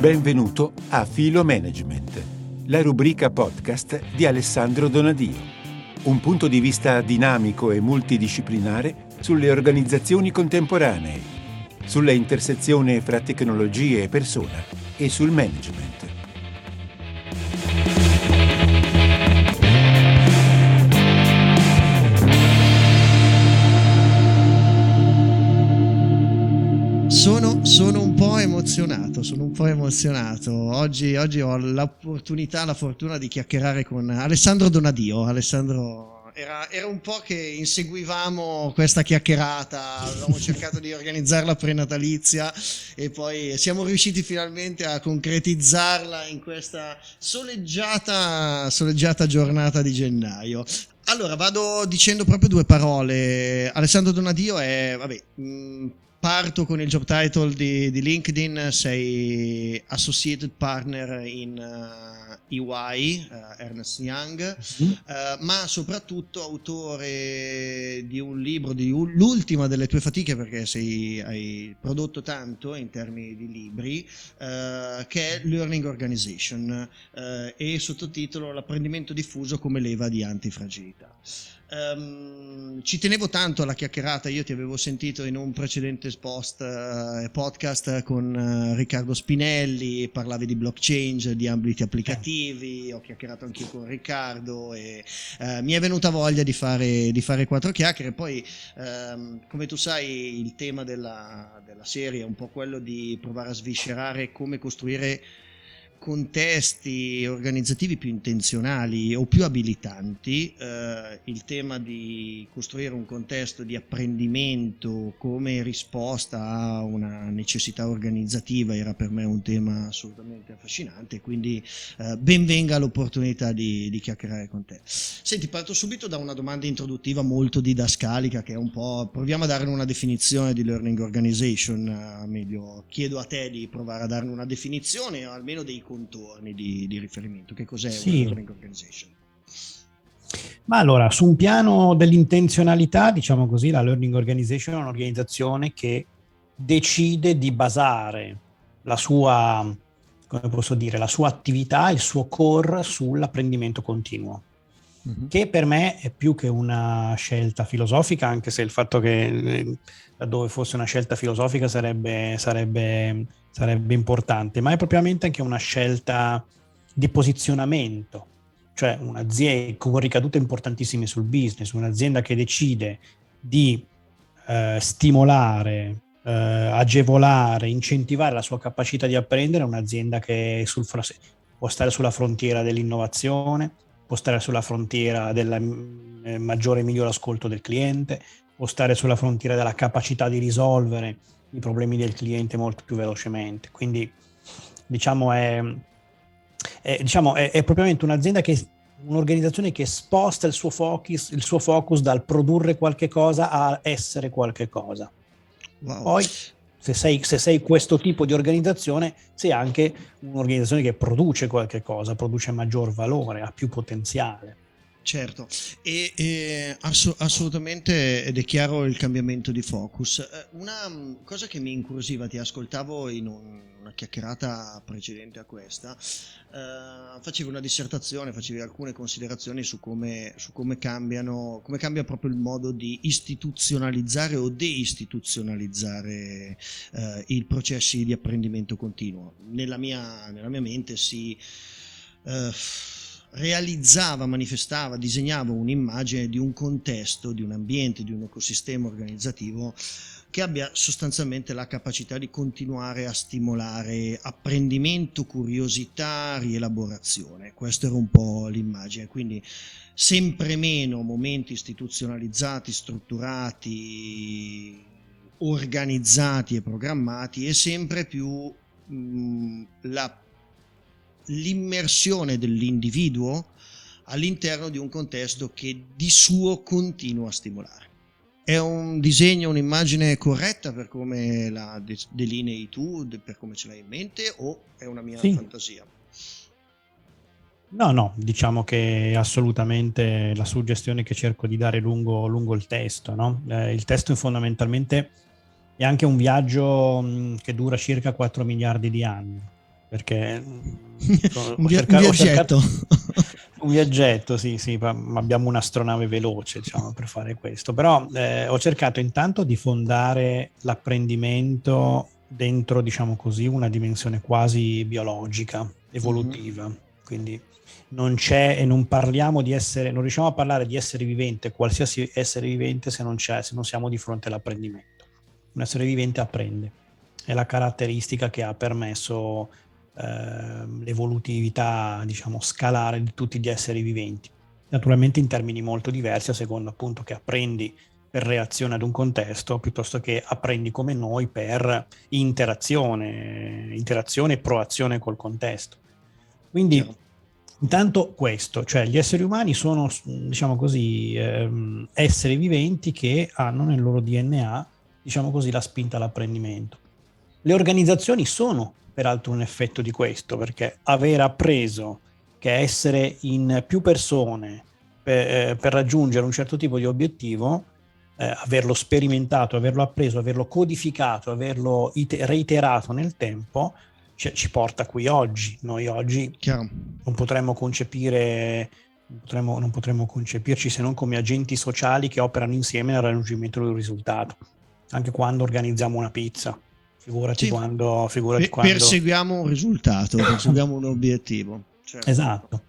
Benvenuto a Filo Management, la rubrica podcast di Alessandro Donadio. Un punto di vista dinamico e multidisciplinare sulle organizzazioni contemporanee, sulla intersezione fra tecnologie e persona e sul management. Sono un po' emozionato. Oggi ho la fortuna di chiacchierare con Alessandro Donadio. Alessandro, era un po' che inseguivamo questa chiacchierata, avevamo cercato di organizzarla prenatalizia e poi siamo riusciti finalmente a concretizzarla in questa soleggiata giornata di gennaio. Allora, vado dicendo proprio due parole. Alessandro Donadio è, parto con il job title di LinkedIn, sei Associated Partner in EY, Ernst Young, ma soprattutto autore di un libro, l'ultima delle tue fatiche, perché hai prodotto tanto in termini di libri, che è Learning Organization, e sottotitolo L'apprendimento diffuso come leva di antifragilità. Ci tenevo tanto alla chiacchierata, io ti avevo sentito in un precedente podcast con Riccardo Spinelli, parlavi di blockchain, di ambiti applicativi, ho chiacchierato anch'io con Riccardo e mi è venuta voglia di fare quattro chiacchiere. Poi come tu sai, il tema della serie è un po' quello di provare a sviscerare come costruire contesti organizzativi più intenzionali o più abilitanti. Il tema di costruire un contesto di apprendimento come risposta a una necessità organizzativa era per me un tema assolutamente affascinante, quindi ben venga l'opportunità di chiacchierare con te. Senti, parto subito da una domanda introduttiva molto didascalica, che è un po', proviamo a darne una definizione di Learning Organization, meglio chiedo a te di provare a darne una definizione o almeno dei contorni di riferimento. Che cos'è una Learning Organization? Ma allora, su un piano dell'intenzionalità, diciamo così, la Learning Organization è un'organizzazione che decide di basare la sua, come posso dire, la sua attività, il suo core sull'apprendimento continuo, che per me è più che una scelta filosofica, anche se il fatto che laddove fosse una scelta filosofica sarebbe importante, ma è propriamente anche una scelta di posizionamento, cioè un'azienda con ricadute importantissime sul business, un'azienda che decide di stimolare, agevolare, incentivare la sua capacità di apprendere, è un'azienda che può stare sulla frontiera dell'innovazione, può stare sulla frontiera del maggiore e migliore ascolto del cliente, può stare sulla frontiera della capacità di risolvere i problemi del cliente molto più velocemente. Quindi diciamo è propriamente un'organizzazione che sposta il suo focus dal produrre qualche cosa a essere qualche cosa. Wow. Poi se sei questo tipo di organizzazione, sei anche un'organizzazione che produce qualche cosa, produce maggior valore, ha più potenziale. Certo, e assolutamente, ed è chiaro il cambiamento di focus. Una cosa che mi incuriosiva, ti ascoltavo in una chiacchierata precedente a questa, facevi una dissertazione, facevi alcune considerazioni su come cambia proprio il modo di istituzionalizzare o deistituzionalizzare i processi di apprendimento continuo. Nella mia mente si realizzava, manifestava, disegnava un'immagine di un contesto, di un ambiente, di un ecosistema organizzativo che abbia sostanzialmente la capacità di continuare a stimolare apprendimento, curiosità, rielaborazione. Questa era un po' l'immagine, quindi sempre meno momenti istituzionalizzati, strutturati, organizzati e programmati, e sempre più l'immersione dell'individuo all'interno di un contesto che di suo continua a stimolare. È un disegno, un'immagine corretta per come la delinei tu, per come ce l'hai in mente, o è una mia fantasia? No, diciamo che è assolutamente la suggestione che cerco di dare lungo il testo, no? Il testo fondamentalmente è anche un viaggio che dura circa 4 miliardi di anni. perché un viaggetto. Un viaggetto, sì, ma abbiamo un'astronave veloce, diciamo, per fare questo. Però ho cercato intanto di fondare l'apprendimento dentro, diciamo così, una dimensione quasi biologica, evolutiva. Quindi non c'è e non parliamo di essere, non riusciamo a parlare di essere vivente, qualsiasi essere vivente, se non siamo di fronte all'apprendimento. Un essere vivente apprende. È la caratteristica che ha permesso l'evolutività, diciamo, scalare di tutti gli esseri viventi, naturalmente in termini molto diversi a seconda appunto che apprendi per reazione ad un contesto piuttosto che apprendi come noi per interazione e proazione col contesto. Quindi intanto questo, cioè gli esseri umani sono, diciamo così, esseri viventi che hanno nel loro DNA, diciamo così, la spinta all'apprendimento. Le organizzazioni sono peraltro un effetto di questo, perché aver appreso che essere in più persone per raggiungere un certo tipo di obiettivo, averlo sperimentato, averlo appreso, averlo codificato, averlo reiterato nel tempo, ci porta qui oggi. Noi oggi non potremmo concepirci se non come agenti sociali che operano insieme al raggiungimento di un risultato, anche quando organizziamo una pizza. Figurati quando perseguiamo un risultato, perseguiamo un obiettivo. Certo. Esatto.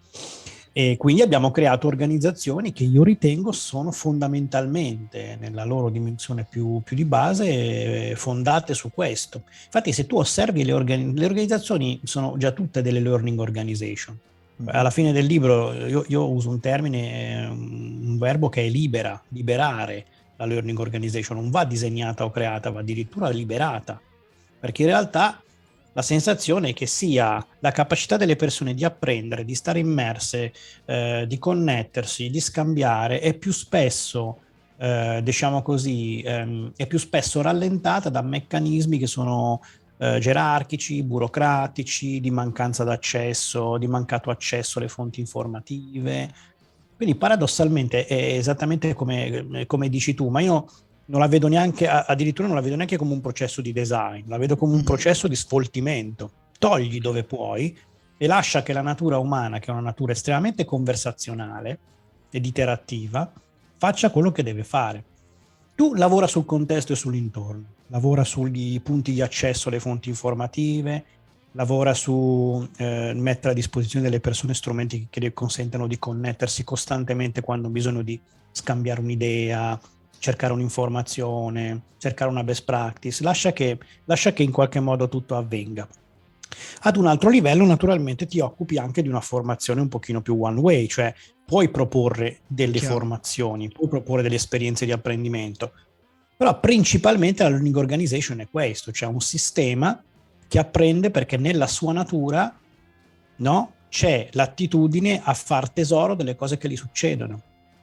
E quindi abbiamo creato organizzazioni che io ritengo sono fondamentalmente, nella loro dimensione più di base, fondate su questo. Infatti, se tu osservi le organizzazioni, sono già tutte delle learning organization. Alla fine del libro io uso un termine, un verbo che è liberare la learning organization. Non va disegnata o creata, va addirittura liberata. Perché in realtà la sensazione è che sia la capacità delle persone di apprendere, di stare immerse, di connettersi, di scambiare, è più spesso, diciamo così, è più spesso rallentata da meccanismi che sono gerarchici, burocratici, di mancanza d'accesso, di mancato accesso alle fonti informative. Quindi paradossalmente è esattamente come dici tu, ma io non la vedo neanche, addirittura non la vedo neanche come un processo di design, la vedo come un processo di sfoltimento. Togli dove puoi e lascia che la natura umana, che è una natura estremamente conversazionale ed interattiva, faccia quello che deve fare. Tu lavora sul contesto e sull'intorno, lavora sugli punti di accesso alle fonti informative, lavora su mettere a disposizione delle persone strumenti che le consentano di connettersi costantemente quando hanno bisogno di scambiare un'idea, cercare un'informazione, cercare una best practice, lascia che in qualche modo tutto avvenga. Ad un altro livello naturalmente ti occupi anche di una formazione un pochino più one way, cioè puoi proporre delle formazioni, puoi proporre delle esperienze di apprendimento, però principalmente la learning organization è questo, cioè un sistema che apprende perché nella sua natura, no, c'è l'attitudine a far tesoro delle cose che gli succedono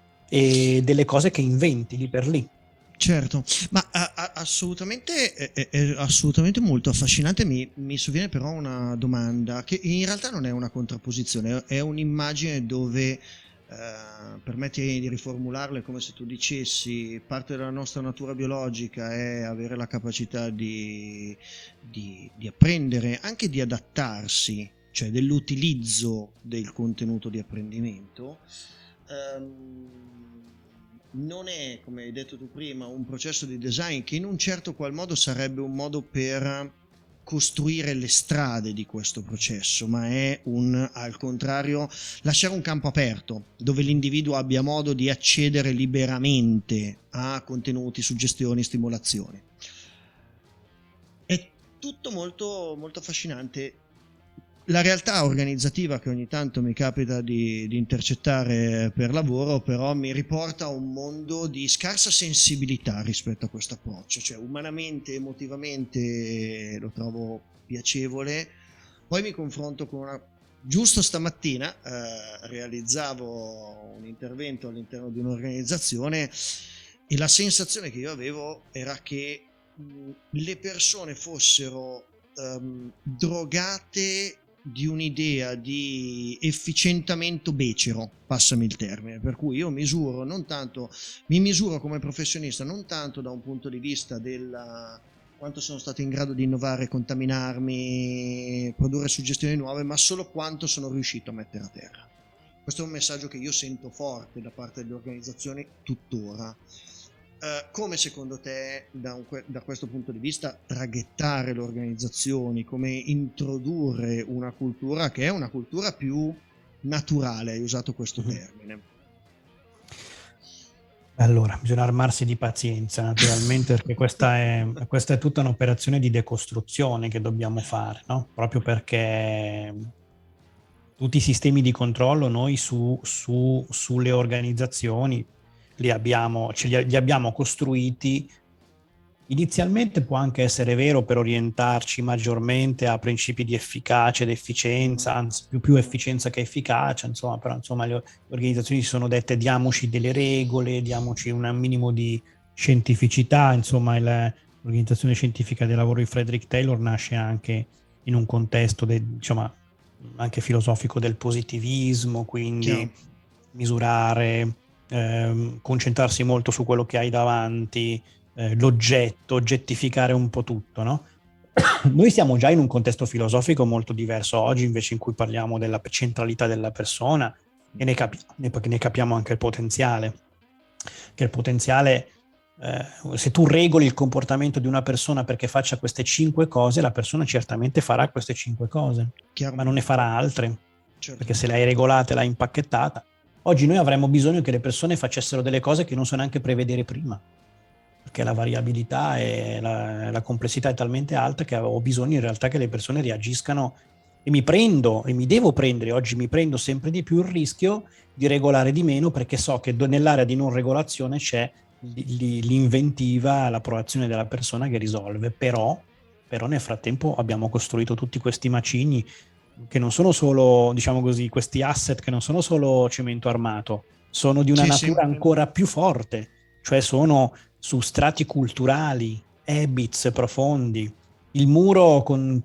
e delle cose che inventi lì per lì. Certo, ma assolutamente è assolutamente molto affascinante. Mi sovviene però una domanda che in realtà non è una contrapposizione, è un'immagine dove permetti di riformularle come se tu dicessi parte della nostra natura biologica è avere la capacità di apprendere, anche di adattarsi, cioè dell'utilizzo del contenuto di apprendimento. Non è, come hai detto tu prima, un processo di design che in un certo qual modo sarebbe un modo per costruire le strade di questo processo, ma è al contrario, lasciare un campo aperto dove l'individuo abbia modo di accedere liberamente a contenuti, suggestioni, stimolazioni. È tutto molto, molto affascinante. La realtà organizzativa che ogni tanto mi capita di intercettare per lavoro però mi riporta a un mondo di scarsa sensibilità rispetto a questo approccio, cioè umanamente, emotivamente lo trovo piacevole, poi mi confronto con giusto stamattina realizzavo un intervento all'interno di un'organizzazione e la sensazione che io avevo era che le persone fossero drogate di un'idea di efficientamento becero, passami il termine, per cui io mi misuro come professionista non tanto da un punto di vista quanto sono stato in grado di innovare, contaminarmi, produrre suggestioni nuove, ma solo quanto sono riuscito a mettere a terra. Questo è un messaggio che io sento forte da parte delle organizzazioni tuttora. Come secondo te, da questo punto di vista, traghettare le organizzazioni, come introdurre una cultura che è una cultura più naturale, hai usato questo termine? Allora, bisogna armarsi di pazienza, naturalmente, perché questa è tutta un'operazione di decostruzione che dobbiamo fare, no? Proprio perché tutti i sistemi di controllo noi sulle organizzazioni li abbiamo costruiti. Inizialmente può anche essere vero per orientarci maggiormente a principi di efficacia ed efficienza, anzi più efficienza che efficacia, insomma, però insomma le organizzazioni si sono dette diamoci delle regole, diamoci un minimo di scientificità, insomma l'organizzazione scientifica del lavoro di Frederick Taylor nasce anche in un contesto diciamo, anche filosofico del positivismo, quindi misurare, concentrarsi molto su quello che hai davanti, l'oggetto, oggettificare un po' tutto, no? Noi siamo già in un contesto filosofico molto diverso oggi, invece, in cui parliamo della centralità della persona e ne capiamo anche il potenziale. Che il potenziale, se tu regoli il comportamento di una persona perché faccia queste 5 cose, la persona certamente farà queste 5 cose, ma non ne farà altre, perché se l'hai regolata e l'hai impacchettata. Oggi noi avremmo bisogno che le persone facessero delle cose che non so neanche prevedere prima, perché la variabilità e la complessità è talmente alta che ho bisogno in realtà che le persone reagiscano, e mi devo prendere, oggi mi prendo sempre di più il rischio di regolare di meno, perché so che nell'area di non regolazione c'è l'inventiva, l'approvazione della persona che risolve. Però nel frattempo abbiamo costruito tutti questi macigni che non sono solo, diciamo così, questi asset che non sono solo cemento armato, sono di una natura ancora più forte, cioè sono su strati culturali, habits profondi. Il muro con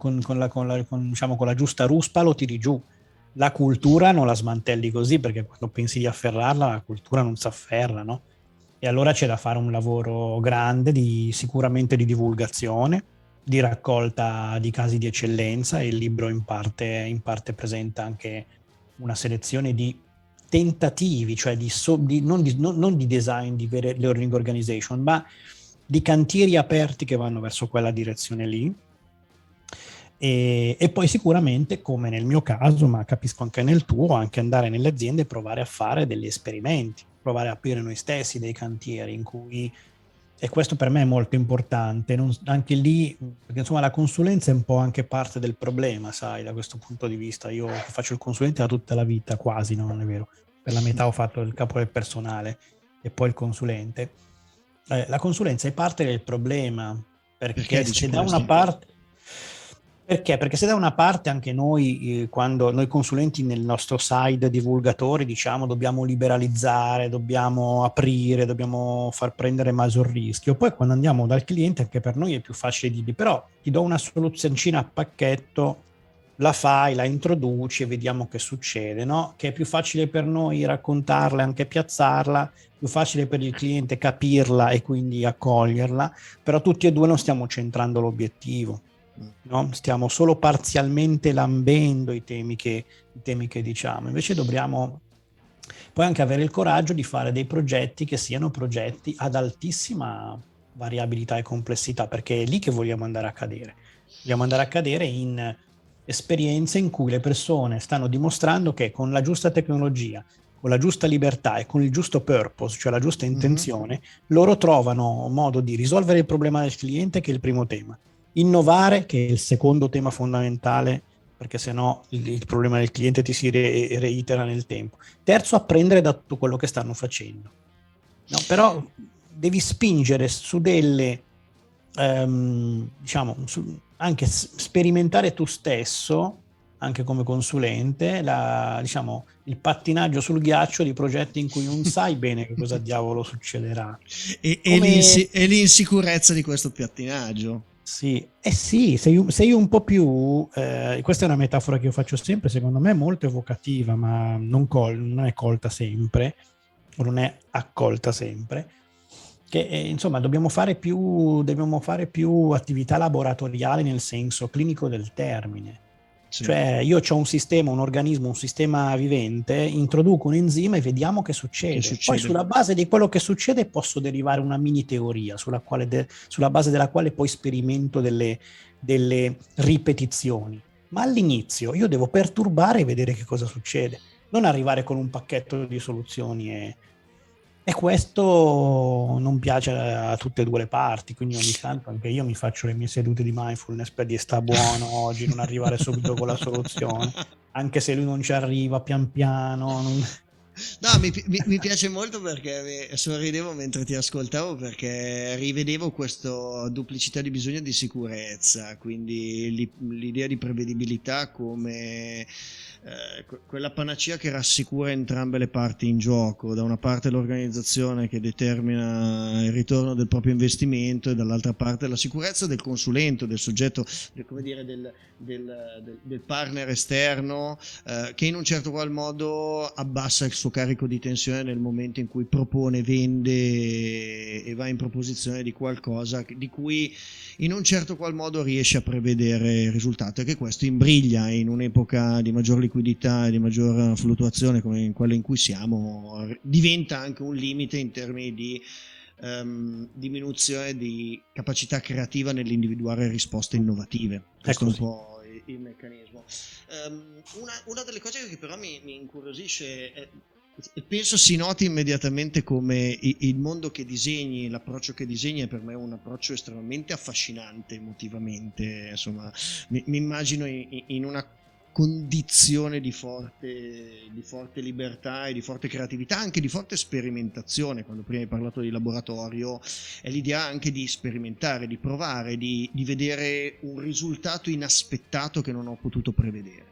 la giusta ruspa lo tiri giù. La cultura non la smantelli così, perché quando pensi di afferrarla, la cultura non si afferra, no? E allora c'è da fare un lavoro grande sicuramente di divulgazione, di raccolta di casi di eccellenza, e il libro in parte presenta anche una selezione di tentativi, cioè non di design di vere learning organization, ma di cantieri aperti che vanno verso quella direzione lì. E poi sicuramente, come nel mio caso, ma capisco anche nel tuo, anche andare nelle aziende e provare a fare degli esperimenti, provare a aprire noi stessi dei cantieri in cui, e questo per me è molto importante, anche lì, perché insomma la consulenza è un po' anche parte del problema, sai, da questo punto di vista. Io faccio il consulente da tutta la vita, quasi, no, non è vero, per la metà ho fatto il capo del personale e poi il consulente. La consulenza è parte del problema, perché se da una parte... Perché se da una parte anche noi, quando noi consulenti nel nostro side divulgatori diciamo dobbiamo liberalizzare, dobbiamo aprire, dobbiamo far prendere maggior rischio, poi quando andiamo dal cliente anche per noi è più facile dirgli però ti do una soluzioncina a pacchetto, la fai, la introduci e vediamo che succede, no? Che è più facile per noi raccontarla e anche piazzarla, più facile per il cliente capirla e quindi accoglierla, però tutti e due non stiamo centrando l'obiettivo. No? Stiamo solo parzialmente lambendo i temi che diciamo. Invece dobbiamo poi anche avere il coraggio di fare dei progetti che siano progetti ad altissima variabilità e complessità, perché è lì che vogliamo andare a cadere. Vogliamo andare a cadere in esperienze in cui le persone stanno dimostrando che con la giusta tecnologia, con la giusta libertà e con il giusto purpose, cioè la giusta intenzione, loro trovano modo di risolvere il problema del cliente, che è il primo tema. Innovare, che è il secondo tema fondamentale, perché sennò il problema del cliente ti si reitera nel tempo. Terzo, apprendere da tutto quello che stanno facendo. No, però devi spingere su delle, anche sperimentare tu stesso, anche come consulente, il pattinaggio sul ghiaccio di progetti in cui non sai bene che cosa diavolo succederà. E l'insicurezza di questo pattinaggio. Sì, sei un po' più, questa è una metafora che io faccio sempre, secondo me molto evocativa, ma non è colta sempre, non è accolta sempre. che insomma dobbiamo fare più attività laboratoriale nel senso clinico del termine. Sì. Cioè io ho un sistema, un organismo, un sistema vivente, introduco un enzima e vediamo che succede. Poi sulla base di quello che succede posso derivare una mini teoria sulla base della quale poi sperimento delle ripetizioni. Ma all'inizio io devo perturbare e vedere che cosa succede, non arrivare con un pacchetto di soluzioni e questo non piace a tutte e due le parti, quindi ogni tanto anche io mi faccio le mie sedute di mindfulness per dire sta buono oggi, non arrivare subito con la soluzione, anche se lui non ci arriva pian piano. No, mi piace molto perché sorridevo mentre ti ascoltavo, perché rivedevo questa duplicità di bisogno di sicurezza, quindi l'idea di prevedibilità come quella panacea che rassicura entrambe le parti in gioco, da una parte l'organizzazione che determina il ritorno del proprio investimento e dall'altra parte la sicurezza del consulente, del soggetto, come dire, del partner esterno, che in un certo qual modo abbassa il suo carico di tensione nel momento in cui propone, vende e va in proposizione di qualcosa di cui in un certo qual modo riesce a prevedere il risultato, e che questo imbriglia in un'epoca di maggior liquidità e di maggior fluttuazione come in quella in cui siamo, diventa anche un limite in termini di diminuzione di capacità creativa nell'individuare risposte innovative. Questo è un po' il meccanismo. Una delle cose che però mi incuriosisce e penso si noti immediatamente come il mondo che disegni, l'approccio che disegni è per me un approccio estremamente affascinante emotivamente, insomma mi immagino in una condizione di forte libertà e di forte creatività, anche di forte sperimentazione. Quando prima hai parlato di laboratorio, è l'idea anche di sperimentare, di provare, di vedere un risultato inaspettato che non ho potuto prevedere.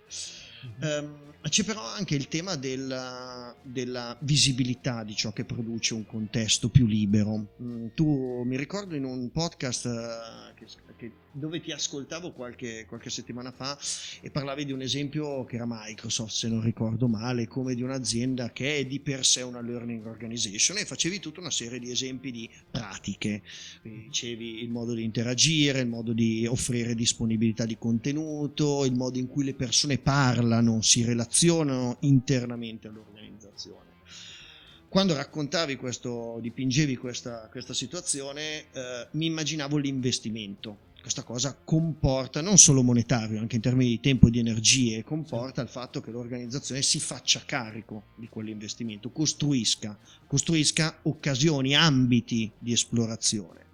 C'è però anche il tema della visibilità di ciò che produce un contesto più libero. Tu, mi ricordo in un podcast dove ti ascoltavo qualche settimana fa, e parlavi di un esempio che era Microsoft, se non ricordo male, come di un'azienda che è di per sé una learning organization, e facevi tutta una serie di esempi di pratiche. Dicevi il modo di interagire, il modo di offrire disponibilità di contenuto, il modo in cui le persone parlano, si relazionano internamente all'organizzazione. Quando raccontavi questo, dipingevi questa situazione, mi immaginavo l'investimento. Questa cosa comporta, non solo monetario, anche in termini di tempo e di energie, comporta il fatto che l'organizzazione si faccia carico di quell'investimento, costruisca occasioni, ambiti di esplorazione.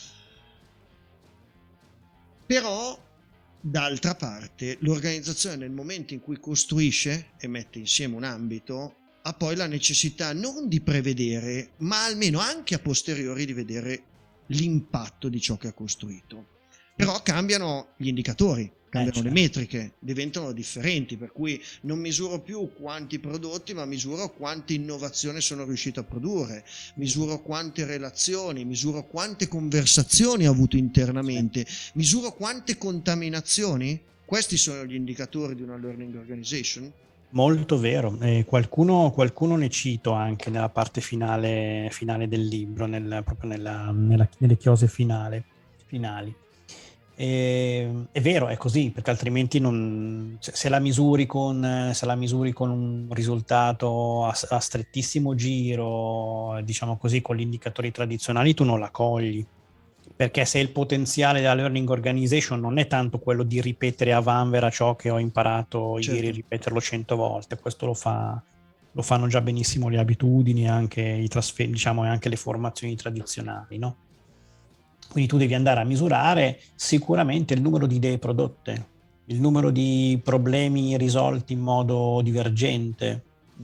Però, d'altra parte, l'organizzazione nel momento in cui costruisce e mette insieme un ambito, ha poi la necessità non di prevedere, ma almeno anche a posteriori di vedere l'impatto di ciò che ha costruito. Però cambiano gli indicatori, cambiano le metriche, diventano differenti, per cui non misuro più quanti prodotti, ma misuro quante innovazioni sono riuscito a produrre, misuro quante relazioni, misuro quante conversazioni ho avuto internamente, misuro quante contaminazioni. Questi sono gli indicatori di una learning organization? Molto vero, qualcuno ne cito anche nella parte finale del libro, proprio nelle chiose finali. È vero, è così, perché altrimenti se la misuri con un risultato a strettissimo giro, diciamo così, con gli indicatori tradizionali, tu non la cogli, perché se il potenziale della learning organization non è tanto quello di ripetere a vanvera ciò che ho imparato ieri, ripeterlo 100 volte, questo lo fanno già benissimo le abitudini e anche e anche le formazioni tradizionali, no? Quindi tu devi andare a misurare sicuramente il numero di idee prodotte, il numero di problemi risolti in modo divergente.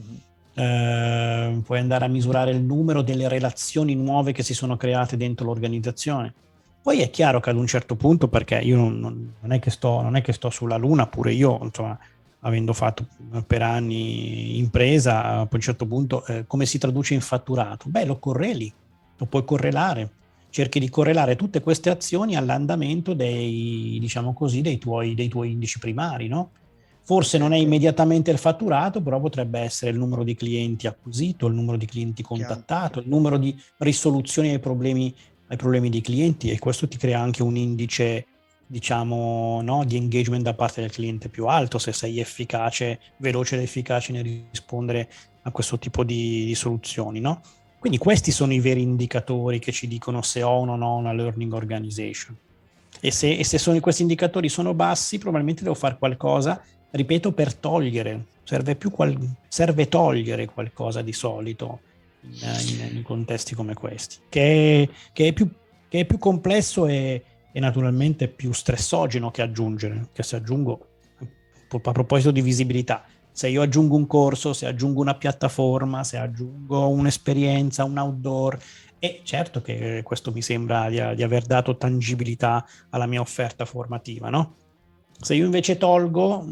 Puoi andare a misurare il numero delle relazioni nuove che si sono create dentro l'organizzazione. Poi è chiaro che ad un certo punto, perché io non è che sto sulla luna, pure io, insomma, avendo fatto per anni impresa, a un certo punto come si traduce in fatturato? Beh, lo correli, lo puoi correlare. Cerchi di correlare tutte queste azioni all'andamento dei tuoi indici primari, no? Forse non è immediatamente il fatturato, però potrebbe essere il numero di clienti acquisito, il numero di clienti contattato, il numero di risoluzioni ai problemi di clienti, e questo ti crea anche un indice, diciamo, no, di engagement da parte del cliente più alto, se sei efficace, veloce ed efficace nel rispondere a questo tipo di soluzioni, no? Quindi questi sono i veri indicatori che ci dicono se ho o non ho una learning organization. E se questi indicatori sono bassi, probabilmente devo fare qualcosa, ripeto, per togliere. Serve togliere qualcosa di solito in contesti come questi, che è più complesso e naturalmente più stressogeno che aggiungere. Che se aggiungo, a proposito di visibilità, se io aggiungo un corso, se aggiungo una piattaforma, se aggiungo un'esperienza, un outdoor, e certo che questo mi sembra di aver dato tangibilità alla mia offerta formativa, no? Se io invece tolgo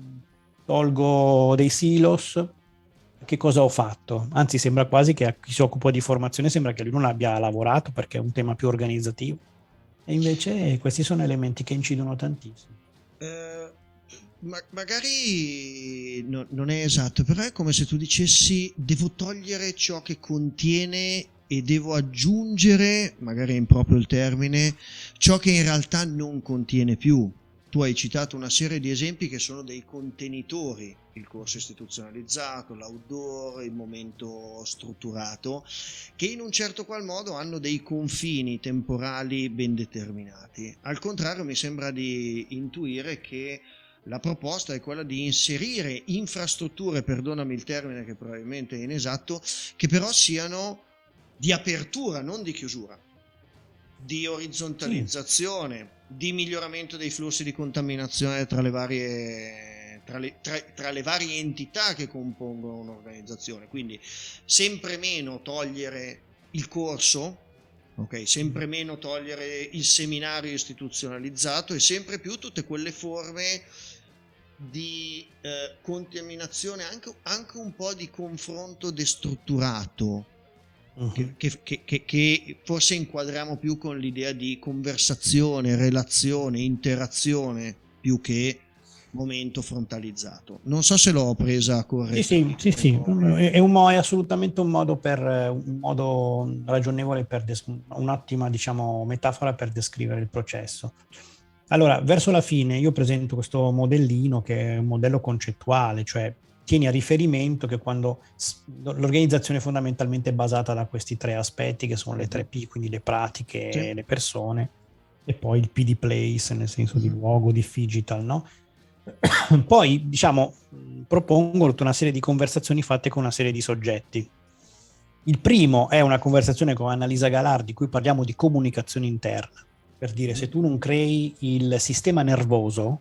dei silos, che cosa ho fatto? Anzi, sembra quasi che a chi si occupa di formazione sembra che lui non abbia lavorato, perché è un tema più organizzativo. E invece questi sono elementi che incidono tantissimo. Magari non è esatto, però è come se tu dicessi: devo togliere ciò che contiene e devo aggiungere, magari è improprio il termine, ciò che in realtà non contiene più. Tu hai citato una serie di esempi che sono dei contenitori: il corso istituzionalizzato, l'outdoor, il momento strutturato, che in un certo qual modo hanno dei confini temporali ben determinati. Al contrario, mi sembra di intuire che la proposta è quella di inserire infrastrutture, perdonami il termine che probabilmente è inesatto, che però siano di apertura, non di chiusura, di orizzontalizzazione, di miglioramento dei flussi di contaminazione tra le varie entità che compongono un'organizzazione. Quindi sempre meno togliere il corso, ok, sempre meno togliere il seminario istituzionalizzato, e sempre più tutte quelle forme di contaminazione, anche un po' di confronto destrutturato, che forse inquadriamo più con l'idea di conversazione, relazione, interazione, più che momento frontalizzato. Non so se l'ho presa correttamente. Sì. È assolutamente un modo ragionevole, un'ottima, diciamo, metafora per descrivere il processo. Allora, verso la fine io presento questo modellino, che è un modello concettuale, cioè tieni a riferimento che quando l'organizzazione è fondamentalmente basata da questi tre aspetti, che sono le 3P, quindi le pratiche, sì, le persone, e poi il P di place, nel senso di luogo, di digital, no? Poi, diciamo, propongo tutta una serie di conversazioni fatte con una serie di soggetti. Il primo è una conversazione con Annalisa Galar, di cui parliamo di comunicazione interna, per dire, se tu non crei il sistema nervoso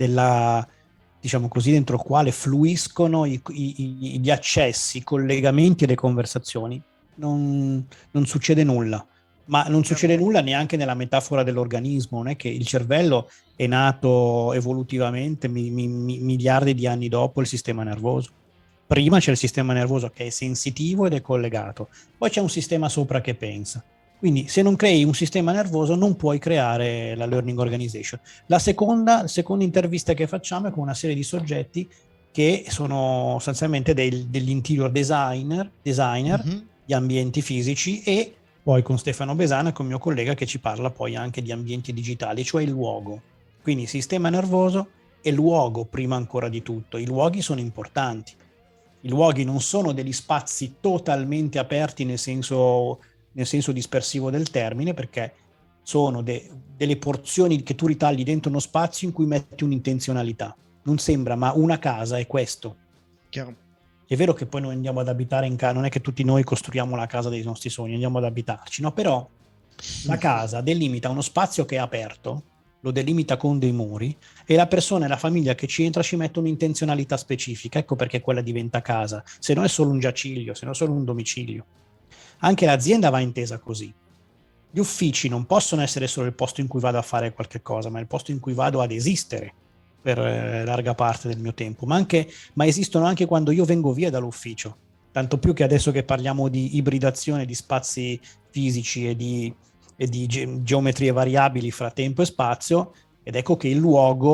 diciamo così, dentro il quale fluiscono gli accessi, i collegamenti e le conversazioni, non succede nulla. Ma non succede nulla neanche nella metafora dell'organismo. Non è che il cervello è nato evolutivamente miliardi di anni dopo il sistema nervoso. Prima c'è il sistema nervoso che è sensitivo ed è collegato, poi c'è un sistema sopra che pensa. Quindi se non crei un sistema nervoso non puoi creare la learning organization. La seconda intervista che facciamo è con una serie di soggetti che sono sostanzialmente degli interior designer di ambienti fisici, e poi con Stefano Besana, con mio collega, che ci parla poi anche di ambienti digitali, cioè il luogo. Quindi sistema nervoso e luogo prima ancora di tutto. I luoghi sono importanti. I luoghi non sono degli spazi totalmente aperti nel senso dispersivo del termine, perché sono delle porzioni che tu ritagli dentro uno spazio in cui metti un'intenzionalità. Non sembra, ma una casa è questo. Chiaro. È vero che poi noi andiamo ad abitare in casa, non è che tutti noi costruiamo la casa dei nostri sogni, andiamo ad abitarci, no? Però la casa delimita uno spazio che è aperto, lo delimita con dei muri, e la persona e la famiglia che ci entra ci mette un'intenzionalità specifica. Ecco perché quella diventa casa, se no è solo un giaciglio, se no è solo un domicilio. Anche l'azienda va intesa così. Gli uffici non possono essere solo il posto in cui vado a fare qualche cosa, ma il posto in cui vado ad esistere per larga parte del mio tempo, ma esistono anche quando io vengo via dall'ufficio, tanto più che adesso che parliamo di ibridazione di spazi fisici e di geometrie variabili fra tempo e spazio, ed ecco che il luogo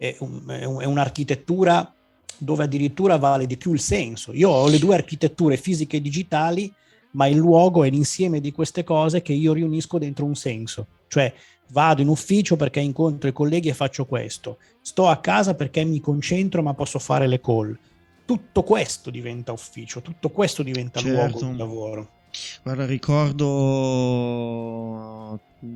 è un'architettura dove addirittura vale di più il senso. Io ho le due architetture fisiche e digitali, ma il luogo è l'insieme di queste cose che io riunisco dentro un senso. Cioè vado in ufficio perché incontro i colleghi e faccio questo, sto a casa perché mi concentro ma posso fare le call. Tutto questo diventa ufficio, tutto questo diventa luogo di lavoro. Guarda, ricordo,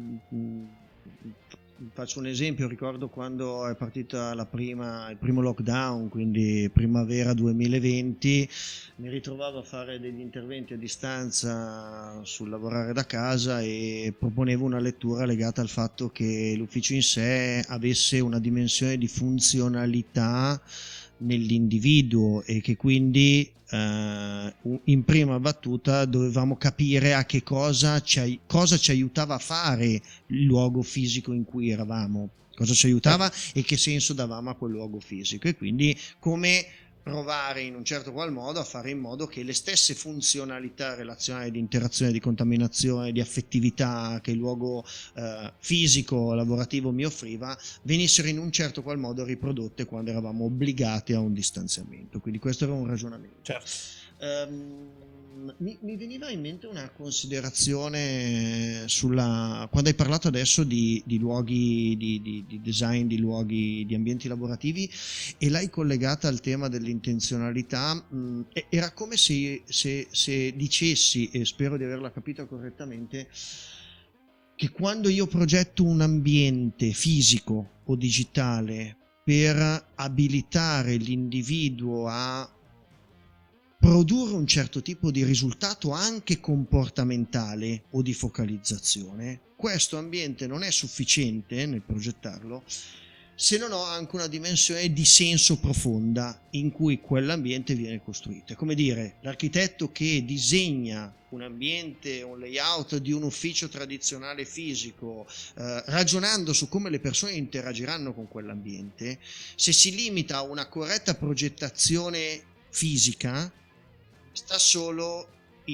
faccio un esempio, ricordo quando è partita il primo lockdown, quindi primavera 2020, mi ritrovavo a fare degli interventi a distanza sul lavorare da casa e proponevo una lettura legata al fatto che l'ufficio in sé avesse una dimensione di funzionalità nell'individuo e che quindi in prima battuta dovevamo capire a che cosa ci aiutava a fare il luogo fisico in cui eravamo, cosa ci aiutava e che senso davamo a quel luogo fisico, e quindi come provare in un certo qual modo a fare in modo che le stesse funzionalità relazionali di interazione, di contaminazione, di affettività che il luogo fisico lavorativo mi offriva venissero in un certo qual modo riprodotte quando eravamo obbligati a un distanziamento. Quindi questo era un ragionamento. Certo. Mi veniva in mente una considerazione quando hai parlato adesso di luoghi di design, di luoghi, di ambienti lavorativi, e l'hai collegata al tema dell'intenzionalità. Era come se dicessi, e spero di averla capita correttamente, che quando io progetto un ambiente fisico o digitale per abilitare l'individuo a produrre un certo tipo di risultato anche comportamentale o di focalizzazione, questo ambiente non è sufficiente nel progettarlo se non ho anche una dimensione di senso profonda in cui quell'ambiente viene costruito. È come dire, l'architetto che disegna un ambiente, un layout di un ufficio tradizionale fisico, ragionando su come le persone interagiranno con quell'ambiente, se si limita a una corretta progettazione fisica, sta solo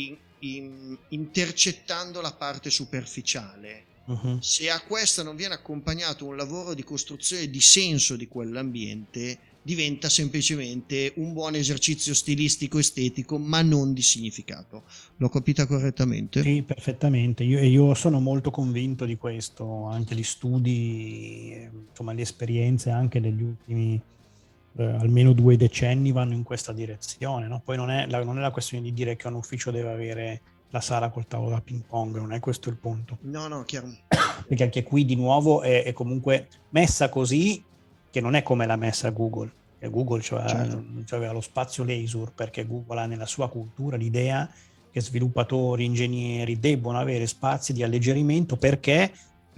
intercettando la parte superficiale. Se a questa non viene accompagnato un lavoro di costruzione di senso di quell'ambiente, diventa semplicemente un buon esercizio stilistico estetico, ma non di significato. L'ho capita correttamente? Sì, perfettamente. Io sono molto convinto di questo. Anche gli studi, insomma, le esperienze anche degli ultimi almeno 2 decenni vanno in questa direzione, no? Poi non è la questione di dire che un ufficio deve avere la sala col tavolo da ping pong, non è questo il punto. No, chiaro. Perché anche qui di nuovo è comunque messa così, che non è come l'ha messa Google. E Google aveva lo spazio leisure perché Google ha nella sua cultura l'idea che sviluppatori, ingegneri debbono avere spazi di alleggerimento perché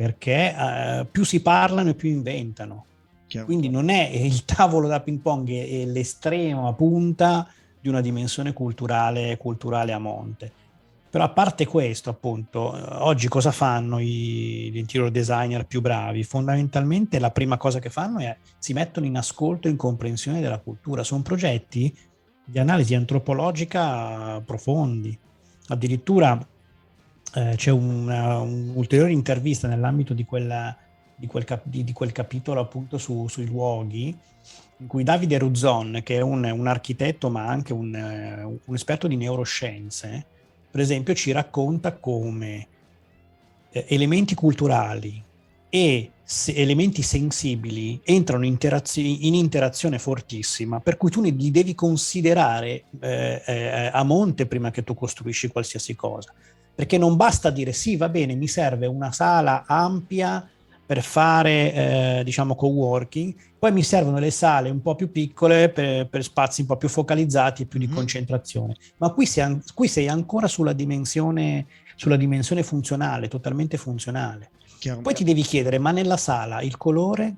più si parlano e più inventano. Quindi non è il tavolo da ping pong, è l'estrema punta di una dimensione culturale a monte. Però a parte questo, appunto, oggi cosa fanno gli interior designer più bravi? Fondamentalmente la prima cosa che fanno è si mettono in ascolto e in comprensione della cultura. Sono progetti di analisi antropologica profondi. Addirittura c'è un'ulteriore intervista nell'ambito di quel capitolo appunto sui luoghi, in cui Davide Ruzzon, che è un architetto ma anche un esperto di neuroscienze, per esempio ci racconta come elementi culturali e elementi sensibili entrano in interazione fortissima, per cui tu li devi considerare a monte prima che tu costruisci qualsiasi cosa, perché non basta dire sì, va bene, mi serve una sala ampia per fare co-working, poi mi servono le sale un po' più piccole per spazi un po' più focalizzati e più di concentrazione. Ma qui sei ancora sulla dimensione funzionale, totalmente funzionale. Poi ti devi chiedere, ma nella sala il colore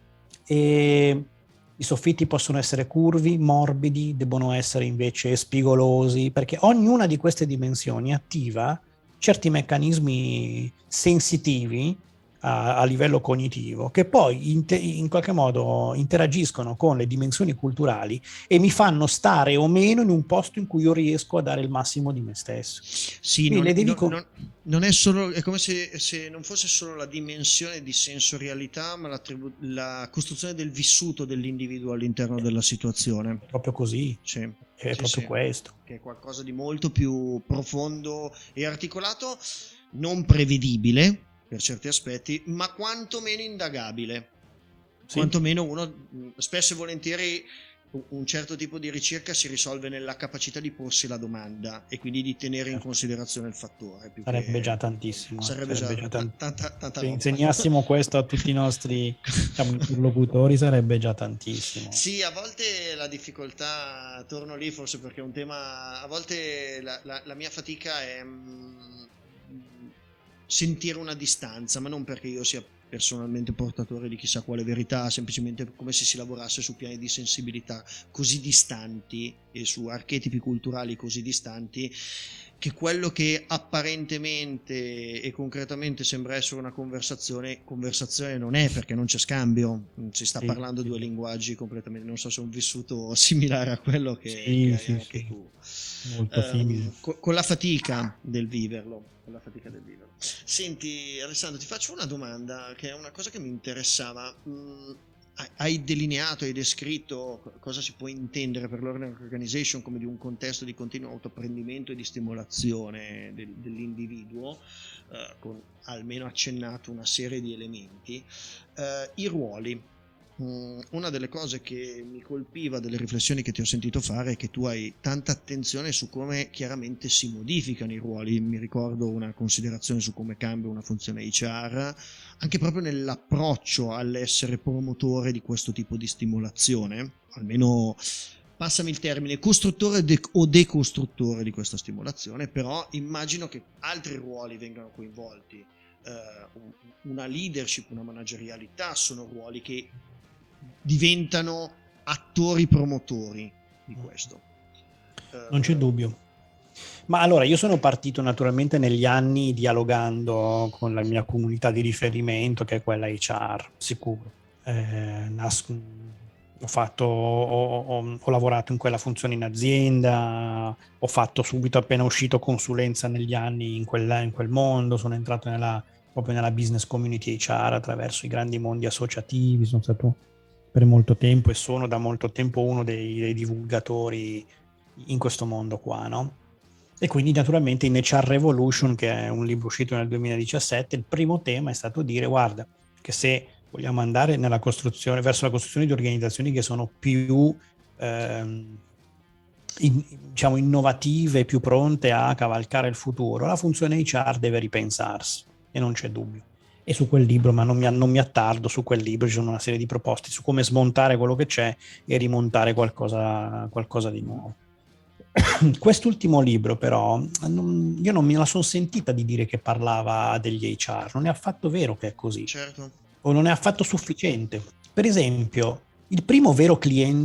e i soffitti possono essere curvi, morbidi, debbono essere invece spigolosi, perché ognuna di queste dimensioni attiva certi meccanismi sensitivi a livello cognitivo, che poi in qualche modo interagiscono con le dimensioni culturali e mi fanno stare o meno in un posto in cui io riesco a dare il massimo di me stesso. Sì, non è solo, è come se non fosse solo la dimensione di sensorialità, ma la costruzione del vissuto dell'individuo all'interno della situazione. Proprio così, sì, è proprio questo. Che è qualcosa di molto più profondo e articolato, non prevedibile per certi aspetti, ma quantomeno indagabile. Sì. Quantomeno uno, spesso e volentieri, un certo tipo di ricerca si risolve nella capacità di porsi la domanda e quindi di tenere in considerazione il fattore. Sarebbe già tantissimo. Sarebbe già tanta se insegnassimo questo a tutti i nostri interlocutori sarebbe già tantissimo. Sì, a volte la difficoltà, torno lì forse perché è un tema, a volte la mia fatica è sentire una distanza, ma non perché io sia personalmente portatore di chissà quale verità, semplicemente come se si lavorasse su piani di sensibilità così distanti e su archetipi culturali così distanti, che quello che apparentemente e concretamente sembra essere una conversazione non è, perché non c'è scambio, si sta parlando due linguaggi completamente, non so se ho un vissuto similare a quello che hai anche tu. Molto simile. Con la fatica del viverlo. Senti Alessandro, ti faccio una domanda che è una cosa che mi interessava. Hai delineato, hai descritto cosa si può intendere per learning organization come di un contesto di continuo autoapprendimento e di stimolazione dell'individuo, con almeno accennato una serie di elementi. I ruoli. Una delle cose che mi colpiva delle riflessioni che ti ho sentito fare è che tu hai tanta attenzione su come chiaramente si modificano i ruoli. Mi ricordo una considerazione su come cambia una funzione HR, anche proprio nell'approccio all'essere promotore di questo tipo di stimolazione, almeno passami il termine, costruttore o decostruttore di questa stimolazione, però immagino che altri ruoli vengano coinvolti. Una leadership, una managerialità sono ruoli che diventano attori promotori di questo. Non c'è dubbio. Ma allora, io sono partito naturalmente negli anni dialogando con la mia comunità di riferimento, che è quella HR, sicuro. Ho lavorato in quella funzione in azienda, ho fatto subito, appena uscito, consulenza negli anni in quel mondo, sono entrato proprio nella business community HR attraverso i grandi mondi associativi, sono stato per molto tempo e sono da molto tempo uno dei divulgatori in questo mondo qua, no? E quindi naturalmente in HR Revolution, che è un libro uscito nel 2017, il primo tema è stato dire: guarda, che se vogliamo andare verso la costruzione di organizzazioni che sono più innovative, più pronte a cavalcare il futuro, la funzione HR deve ripensarsi, e non c'è dubbio. E su quel libro, ma non mi attardo, su quel libro ci sono una serie di proposte su come smontare quello che c'è e rimontare qualcosa di nuovo. Quest'ultimo libro però io non me la sono sentita di dire che parlava degli HR, non è affatto vero che è così. Certo. O non è affatto sufficiente. Per esempio, il primo vero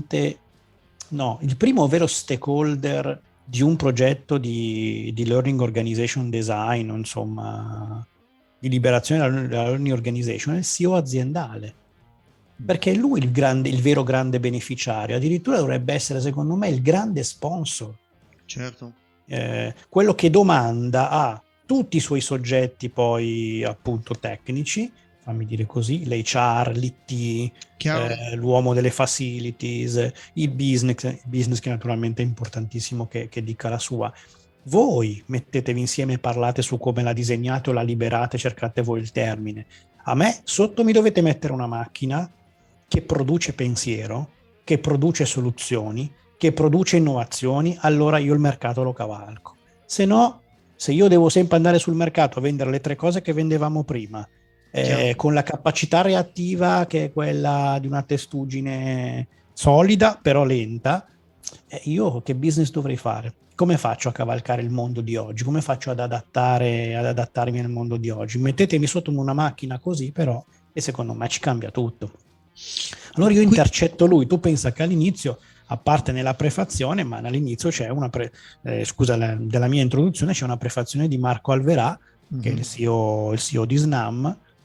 stakeholder di un progetto di learning organization design, insomma, di liberazione della learning organization, è il CEO aziendale, perché è lui il vero grande beneficiario, addirittura dovrebbe essere, secondo me, il grande sponsor. Certo. Quello che domanda a tutti i suoi soggetti poi appunto tecnici, fammi dire così, l'HR, l'IT, l'uomo delle facilities, il business che naturalmente è importantissimo che dica la sua. Voi mettetevi insieme e parlate su come la disegnate o la liberate, cercate voi il termine. A me sotto mi dovete mettere una macchina che produce pensiero, che produce soluzioni, che produce innovazioni, allora io il mercato lo cavalco. Se no, se io devo sempre andare sul mercato a vendere le 3 cose che vendevamo prima, con la capacità reattiva che è quella di una testuggine solida però lenta, io che business dovrei fare? Come faccio a cavalcare il mondo di oggi? Come faccio ad adattarmi al mondo di oggi? Mettetemi sotto una macchina così però, e secondo me ci cambia tutto. Allora io intercetto lui. Tu pensa che all'inizio, a parte nella prefazione, ma all'inizio c'è della mia introduzione c'è una prefazione di Marco Alverà, che è il CEO di Snam,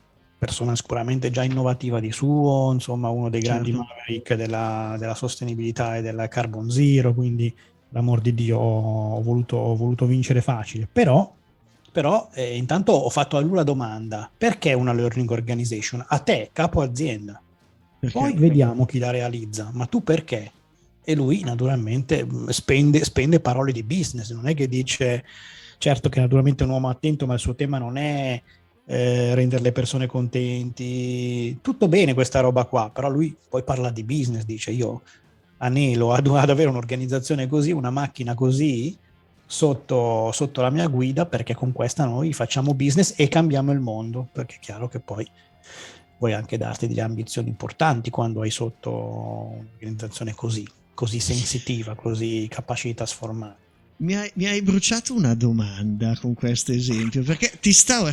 persona sicuramente già innovativa di suo, insomma uno dei grandi Certo. maverick della sostenibilità e della carbon zero, quindi l'amor di Dio ho voluto vincere facile. Però intanto ho fatto a lui la domanda: perché una learning organization? A te, capo azienda. Perché? Poi vediamo chi la realizza, ma tu perché? E lui naturalmente spende parole di business, non è che dice, certo che naturalmente è un uomo attento, ma il suo tema non è rendere le persone contenti, tutto bene questa roba qua, però lui poi parla di business, dice io anelo ad avere un'organizzazione così, una macchina così sotto la mia guida, perché con questa noi facciamo business e cambiamo il mondo, perché è chiaro che poi vuoi anche darti delle ambizioni importanti quando hai sotto un'organizzazione così sensitiva, così capace di trasformare. Mi hai bruciato una domanda con questo esempio, perché ti stavo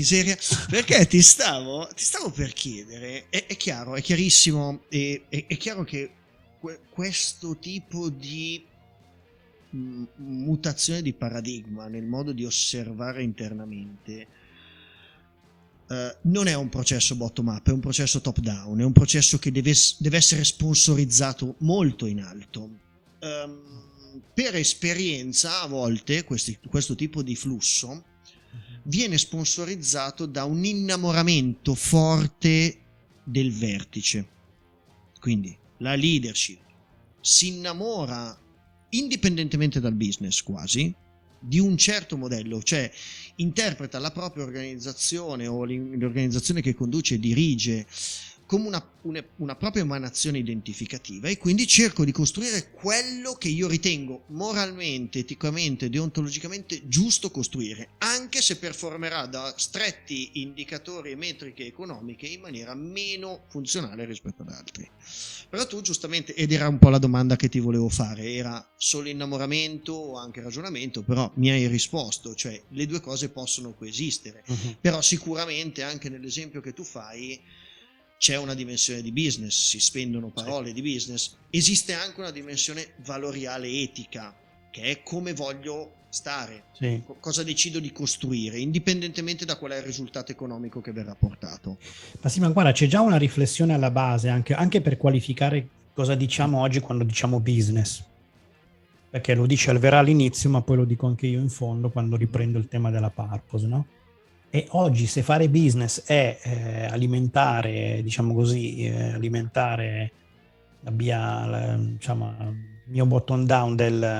per chiedere, è chiaro, è chiarissimo, è chiaro che questo tipo di mutazione di paradigma nel modo di osservare internamente non è un processo bottom up, è un processo top down, è un processo che deve essere sponsorizzato molto in alto. Per esperienza a volte questo tipo di flusso viene sponsorizzato da un innamoramento forte del vertice, quindi la leadership si innamora indipendentemente dal business quasi di un certo modello, cioè interpreta la propria organizzazione o l'organizzazione che conduce e dirige come una propria emanazione identificativa, e quindi cerco di costruire quello che io ritengo moralmente, eticamente, deontologicamente giusto costruire, anche se performerà da stretti indicatori e metriche economiche in maniera meno funzionale rispetto ad altri. Però tu giustamente, ed era un po' la domanda che ti volevo fare, era solo innamoramento o anche ragionamento, però mi hai risposto, cioè le due cose possono coesistere. Però sicuramente anche nell'esempio che tu fai c'è una dimensione di business, si spendono parole di business, esiste anche una dimensione valoriale etica, che è come voglio stare, cosa decido di costruire, indipendentemente da qual è il risultato economico che verrà portato. Ma sì, ma guarda, c'è già una riflessione alla base anche per qualificare cosa diciamo oggi quando diciamo business, perché lo dice Alverà all'inizio, ma poi lo dico anche io in fondo quando riprendo il tema della purpose, no? E oggi se fare business è alimentare, diciamo così, alimentare il mio bottom down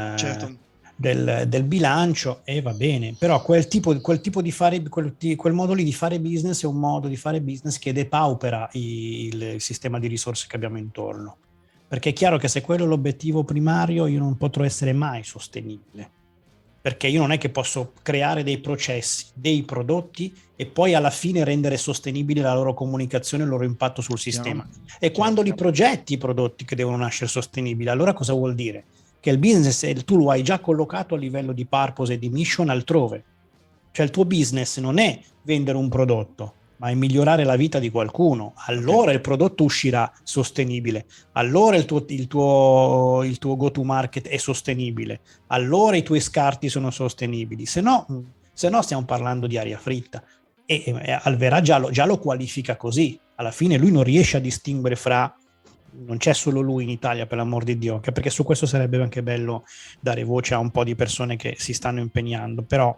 del bilancio, e va bene, però quel modo lì di fare business è un modo di fare business che depaupera il sistema di risorse che abbiamo intorno, perché è chiaro che se quello è l'obiettivo primario io non potrò essere mai sostenibile, perché io non è che posso creare dei processi, dei prodotti e poi alla fine rendere sostenibile la loro comunicazione e il loro impatto sul sistema. E quando li progetti i prodotti che devono nascere sostenibili, allora cosa vuol dire? Che il business tu lo hai già collocato a livello di purpose e di mission altrove. Cioè il tuo business non è vendere un prodotto, ma è migliorare la vita di qualcuno. Allora il prodotto uscirà sostenibile, allora il tuo go to market è sostenibile, allora i tuoi scarti sono sostenibili, se no stiamo parlando di aria fritta. E Alverà già lo qualifica così. Alla fine lui non riesce a distinguere fra, non c'è solo lui in Italia, per l'amor di Dio, anche perché su questo sarebbe anche bello dare voce a un po' di persone che si stanno impegnando, però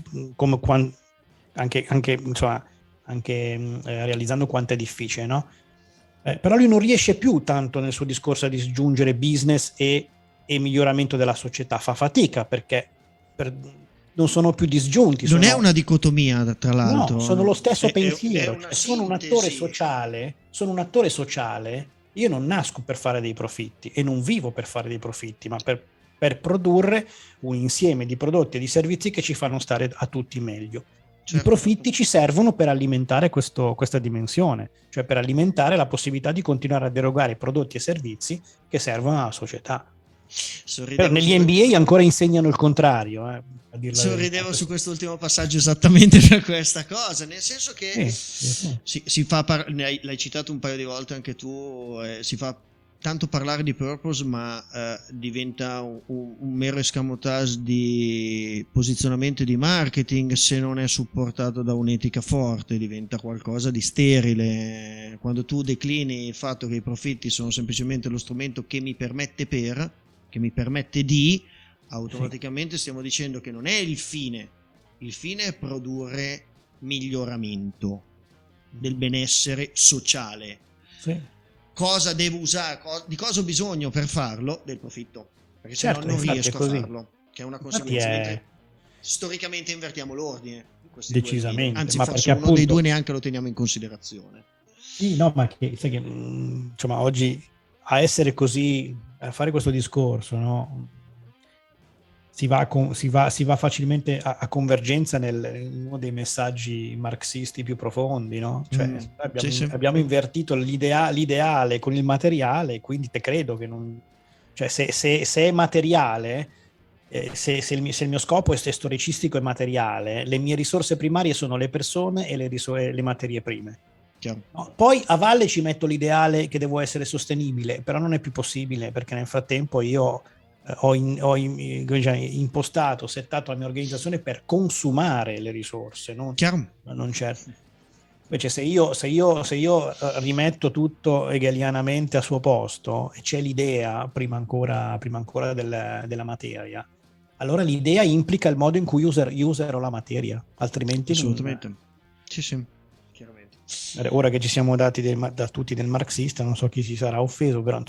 anche realizzando quanto è difficile, no? Però lui non riesce più tanto nel suo discorso a disgiungere business e miglioramento della società, fa fatica perché non sono più disgiunti. Non è una dicotomia, tra l'altro. No, sono lo stesso pensiero. È sono un attore sociale, io non nasco per fare dei profitti e non vivo per fare dei profitti, ma per produrre un insieme di prodotti e di servizi che ci fanno stare a tutti meglio. I profitti ci servono per alimentare questa dimensione, cioè per alimentare la possibilità di continuare a derogare prodotti e servizi che servono alla società. Però negli MBA ancora insegnano il contrario. Sorridevo su quest'ultimo passaggio esattamente per questa cosa, nel senso che si fa l'hai citato un paio di volte anche tu, si fa tanto parlare di purpose, ma diventa un mero escamotage di posizionamento e di marketing se non è supportato da un'etica forte, diventa qualcosa di sterile. Quando tu declini il fatto che i profitti sono semplicemente lo strumento che mi permette di, automaticamente stiamo dicendo che non è il fine è produrre miglioramento del benessere sociale. Sì. Cosa devo usare, di cosa ho bisogno per farlo? Del profitto, perché Certo, se no non riesco a così. farlo, che è una conseguenza. Mentre storicamente invertiamo l'ordine di questi decisamente, due, anzi ma forse perché uno appunto, dei due neanche lo teniamo in considerazione. Sì, no, ma che, sai che insomma oggi a essere così, a fare questo discorso, no? Si va facilmente a convergenza in uno dei messaggi marxisti più profondi, no? Cioè abbiamo invertito l'ideale con il materiale, quindi te credo che non... Cioè se è materiale, se il mio scopo è storicistico e materiale, le mie risorse primarie sono le persone e le materie prime. No, poi a valle ci metto l'ideale che devo essere sostenibile, però non è più possibile perché nel frattempo io ho impostato, settato la mia organizzazione per consumare le risorse, non certo. Invece se io rimetto tutto hegelianamente a suo posto e c'è l'idea prima ancora della materia, allora l'idea implica il modo in cui userò la materia, altrimenti assolutamente. Sì, chiaramente. Ora che ci siamo dati da tutti del marxista, non so chi si sarà offeso, però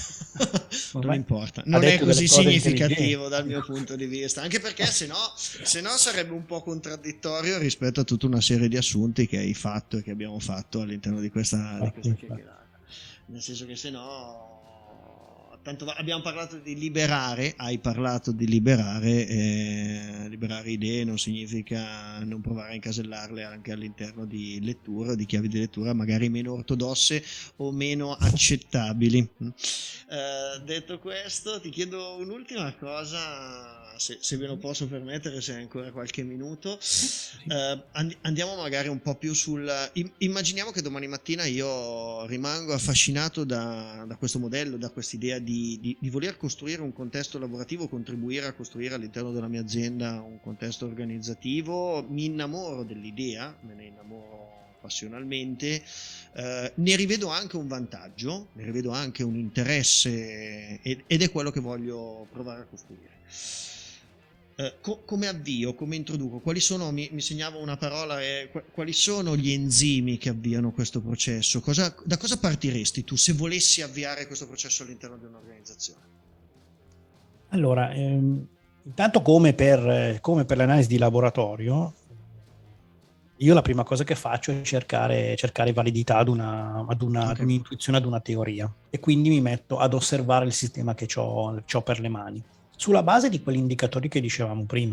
non importa, non è così significativo dal mio punto di vista, anche perché se no sarebbe un po' contraddittorio rispetto a tutta una serie di assunti che hai fatto e che abbiamo fatto all'interno di questa chiacchierata, nel senso che se no tanto abbiamo parlato di liberare, hai parlato di liberare idee non significa non provare a incasellarle anche all'interno di lettura o di chiavi di lettura magari meno ortodosse o meno accettabili. Detto questo, ti chiedo un'ultima cosa, se ve lo posso permettere, se hai ancora qualche minuto. Andiamo magari un po' più immaginiamo che domani mattina io rimango affascinato da questo modello, da quest'idea di voler costruire un contesto lavorativo, contribuire a costruire all'interno della mia azienda un contesto organizzativo, mi innamoro dell'idea, me ne innamoro passionalmente, ne rivedo anche un vantaggio, ne rivedo anche un interesse ed è quello che voglio provare a costruire. Come avvio, come introduco, quali sono, mi segnavo una parola, quali sono gli enzimi che avviano questo processo? Da cosa partiresti tu se volessi avviare questo processo all'interno di un'organizzazione? Allora, intanto come per l'analisi di laboratorio, io la prima cosa che faccio è cercare validità ad un'intuizione, ad una teoria, e quindi mi metto ad osservare il sistema che c'ho per le mani, sulla base di quegli indicatori che dicevamo prima.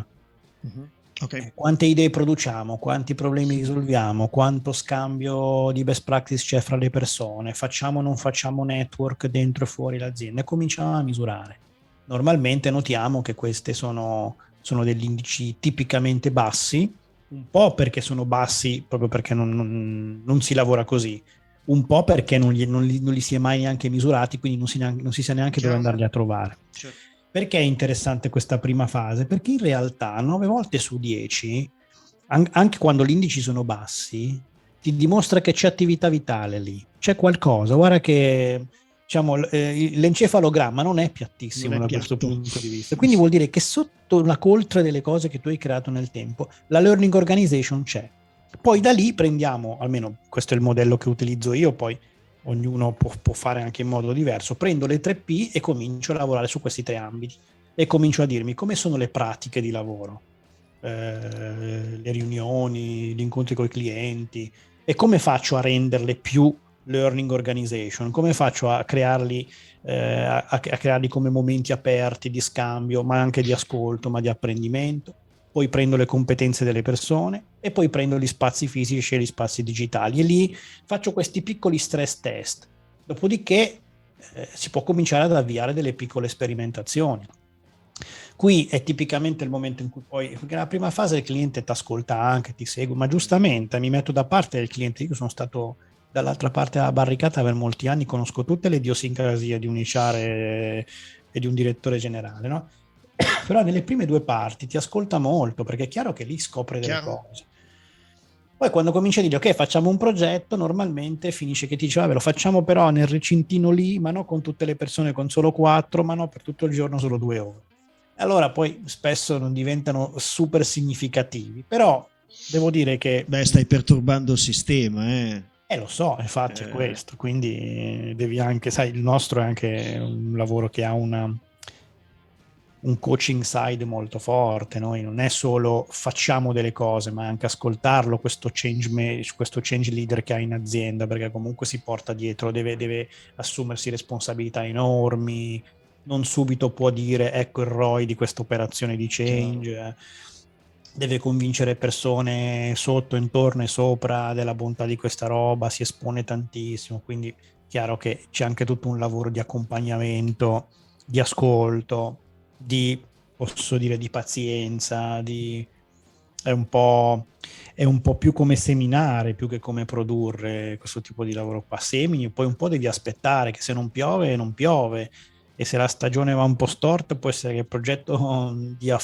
Quante idee produciamo, quanti problemi risolviamo, quanto scambio di best practice c'è fra le persone, facciamo o non facciamo network dentro e fuori l'azienda, e cominciamo a misurare. Normalmente notiamo che queste sono degli indici tipicamente bassi, un po' perché sono bassi proprio perché non si lavora così, un po' perché non li si è mai neanche misurati, quindi non si sa neanche dove andarli a trovare. Certo. Perché è interessante questa prima fase? Perché in realtà 9 volte su 10, anche quando gli indici sono bassi, ti dimostra che c'è attività vitale lì, c'è qualcosa. Guarda che l'encefalogramma non è piattissimo da questo punto di vista, quindi vuol dire che sotto la coltre delle cose che tu hai creato nel tempo, la learning organization c'è. Poi da lì prendiamo, almeno questo è il modello che utilizzo io, poi ognuno può fare anche in modo diverso, prendo le 3P e comincio a lavorare su questi 3 ambiti e comincio a dirmi come sono le pratiche di lavoro, le riunioni, gli incontri con i clienti, e come faccio a renderle più learning organization, come faccio a crearli come momenti aperti di scambio, ma anche di ascolto, ma di apprendimento. Poi prendo le competenze delle persone e poi prendo gli spazi fisici e gli spazi digitali, e lì faccio questi piccoli stress test. Dopodiché si può cominciare ad avviare delle piccole sperimentazioni. Qui è tipicamente il momento in cui poi, perché nella prima fase il cliente ti ascolta anche, ti segue, ma giustamente mi metto da parte del cliente. Io sono stato dall'altra parte della barricata per molti anni, conosco tutte le idiosincrasie di un HR e di un direttore generale, no? Però nelle prime due parti ti ascolta molto, perché è chiaro che lì scopre delle cose. Poi quando comincia a dire ok, facciamo un progetto, normalmente finisce che ti dice vabbè, lo facciamo però nel recintino lì, ma no con tutte le persone, con solo 4, ma no per tutto il giorno solo 2 ore. Allora poi spesso non diventano super significativi, però devo dire che... Beh, stai perturbando il sistema, eh. Lo so, infatti è questo, quindi devi anche, sai, il nostro è anche un lavoro che ha un coaching side molto forte, noi non è solo facciamo delle cose, ma anche ascoltarlo questo change leader che ha in azienda, perché comunque si porta dietro, deve assumersi responsabilità enormi, non subito può dire ecco il ROI di questa operazione di change, deve convincere persone sotto, intorno e sopra della bontà di questa roba, si espone tantissimo, quindi chiaro che c'è anche tutto un lavoro di accompagnamento, di ascolto, posso dire di pazienza, è un po' più come seminare più che come produrre questo tipo di lavoro qua. Semini, poi un po' devi aspettare che se non piove, non piove, e se la stagione va un po' storta può essere che il progetto dia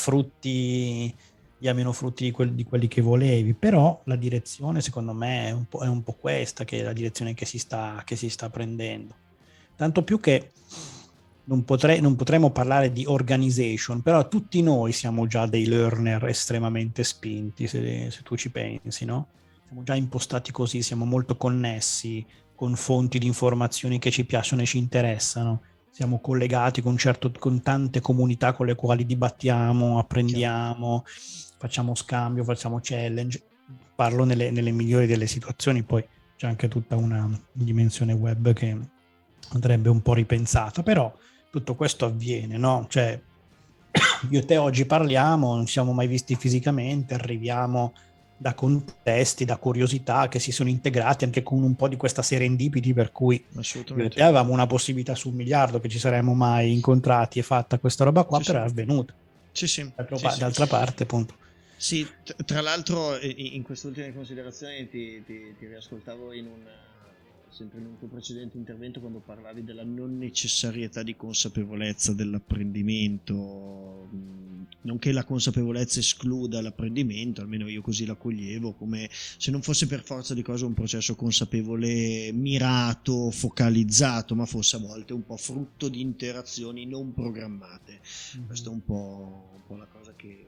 meno frutti di quelli che volevi, però la direzione secondo me è un po' questa, che è la direzione che si sta prendendo. Tanto più che non potremmo parlare di organization, però tutti noi siamo già dei learner estremamente spinti, se tu ci pensi, no? Siamo già impostati così, siamo molto connessi con fonti di informazioni che ci piacciono e ci interessano, siamo collegati con tante comunità con le quali dibattiamo, apprendiamo, facciamo scambio, facciamo challenge, parlo nelle migliori delle situazioni, poi c'è anche tutta una dimensione web che andrebbe un po' ripensata, però tutto questo avviene, no? Cioè, io e te oggi parliamo, non siamo mai visti fisicamente, arriviamo da contesti, da curiosità che si sono integrati anche con un po' di questa serendipity, per cui io e te avevamo una possibilità su 1 miliardo che ci saremmo mai incontrati e fatta questa roba qua, però è avvenuta. D'altra parte, appunto. Sì, tra l'altro in queste ultime considerazioni ti riascoltavo sempre in un tuo precedente intervento quando parlavi della non necessarietà di consapevolezza dell'apprendimento, non che la consapevolezza escluda l'apprendimento, almeno io così la coglievo, come se non fosse per forza di cose un processo consapevole, mirato, focalizzato, ma fosse a volte un po' frutto di interazioni non programmate. Questa è un po' la cosa che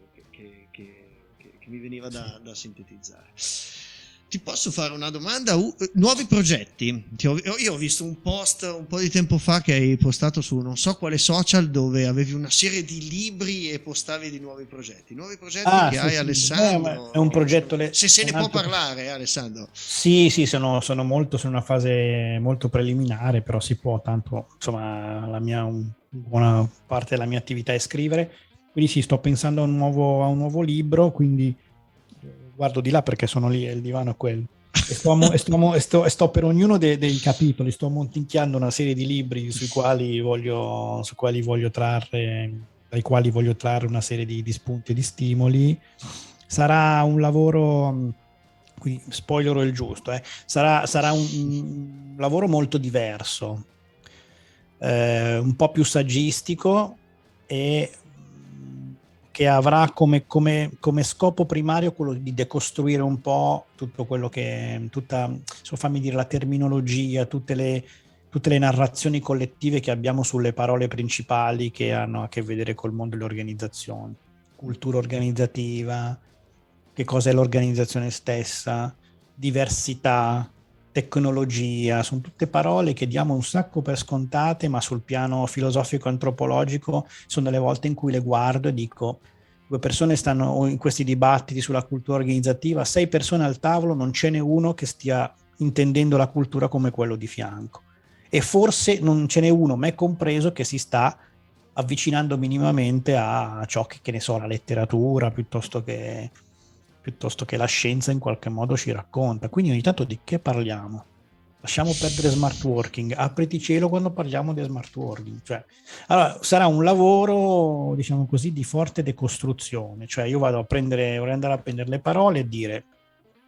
mi veniva da sintetizzare. Ti posso fare una domanda? Nuovi progetti? Io ho visto un post un po' di tempo fa che hai postato su non so quale social, dove avevi una serie di libri e postavi di nuovi progetti. Nuovi progetti che hai, Alessandro? È un progetto... Se ne può parlare, Alessandro? Sì, sono una fase molto preliminare, però si può, tanto insomma buona parte della mia attività è scrivere, quindi sì, sto pensando a un nuovo libro, quindi guardo di là perché sono lì e il divano è quello. E sto per ognuno dei capitoli, sto monticchiando una serie di libri dai quali voglio trarre una serie di spunti e di stimoli. Sarà un lavoro, quindi spoilerò il giusto, sarà un lavoro molto diverso, un po' più saggistico e che avrà come scopo primario quello di decostruire un po' tutto quello che fammi dire, la terminologia, tutte le narrazioni collettive che abbiamo sulle parole principali che hanno a che vedere col mondo delle organizzazioni, cultura organizzativa, che cos'è l'organizzazione stessa, diversità, tecnologia, sono tutte parole che diamo un sacco per scontate, ma sul piano filosofico antropologico sono delle volte in cui le guardo e dico: 2 persone stanno in questi dibattiti sulla cultura organizzativa, 6 persone al tavolo, non ce n'è uno che stia intendendo la cultura come quello di fianco, e forse non ce n'è uno, me compreso, che si sta avvicinando minimamente a ciò che ne so, la letteratura piuttosto che la scienza in qualche modo ci racconta. Quindi ogni tanto di che parliamo? Lasciamo perdere smart working, apriti cielo quando parliamo di smart working. Cioè, allora, sarà un lavoro, diciamo così, di forte decostruzione. Cioè io vorrei andare a prendere le parole e dire: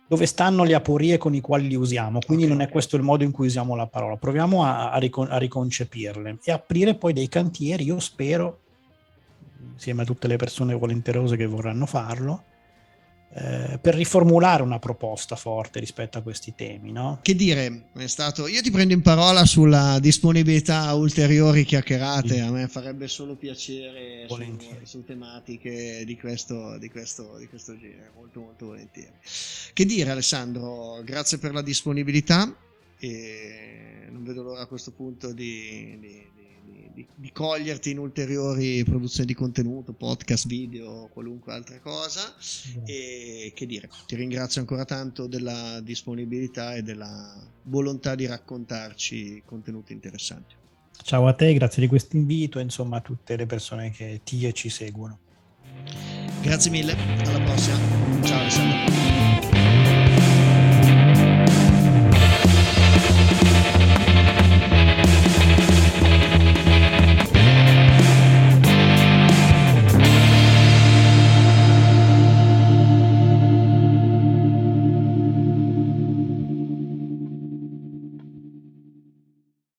dove stanno le aporie con i quali li usiamo, quindi non è questo il modo in cui usiamo la parola. Proviamo a riconcepirle e aprire poi dei cantieri, io spero, insieme a tutte le persone volenterose che vorranno farlo, per riformulare una proposta forte rispetto a questi temi, no? Che dire, io ti prendo in parola sulla disponibilità a ulteriori chiacchierate, a me farebbe solo piacere su tematiche di questo genere, molto molto volentieri. Che dire, Alessandro, grazie per la disponibilità e non vedo l'ora a questo punto di coglierti in ulteriori produzioni di contenuto, podcast, video, qualunque altra cosa. E che dire, ti ringrazio ancora tanto della disponibilità e della volontà di raccontarci contenuti interessanti. Ciao a te, grazie di questo invito e insomma a tutte le persone che ti e ci seguono. Grazie mille, alla prossima. Ciao Alessandro.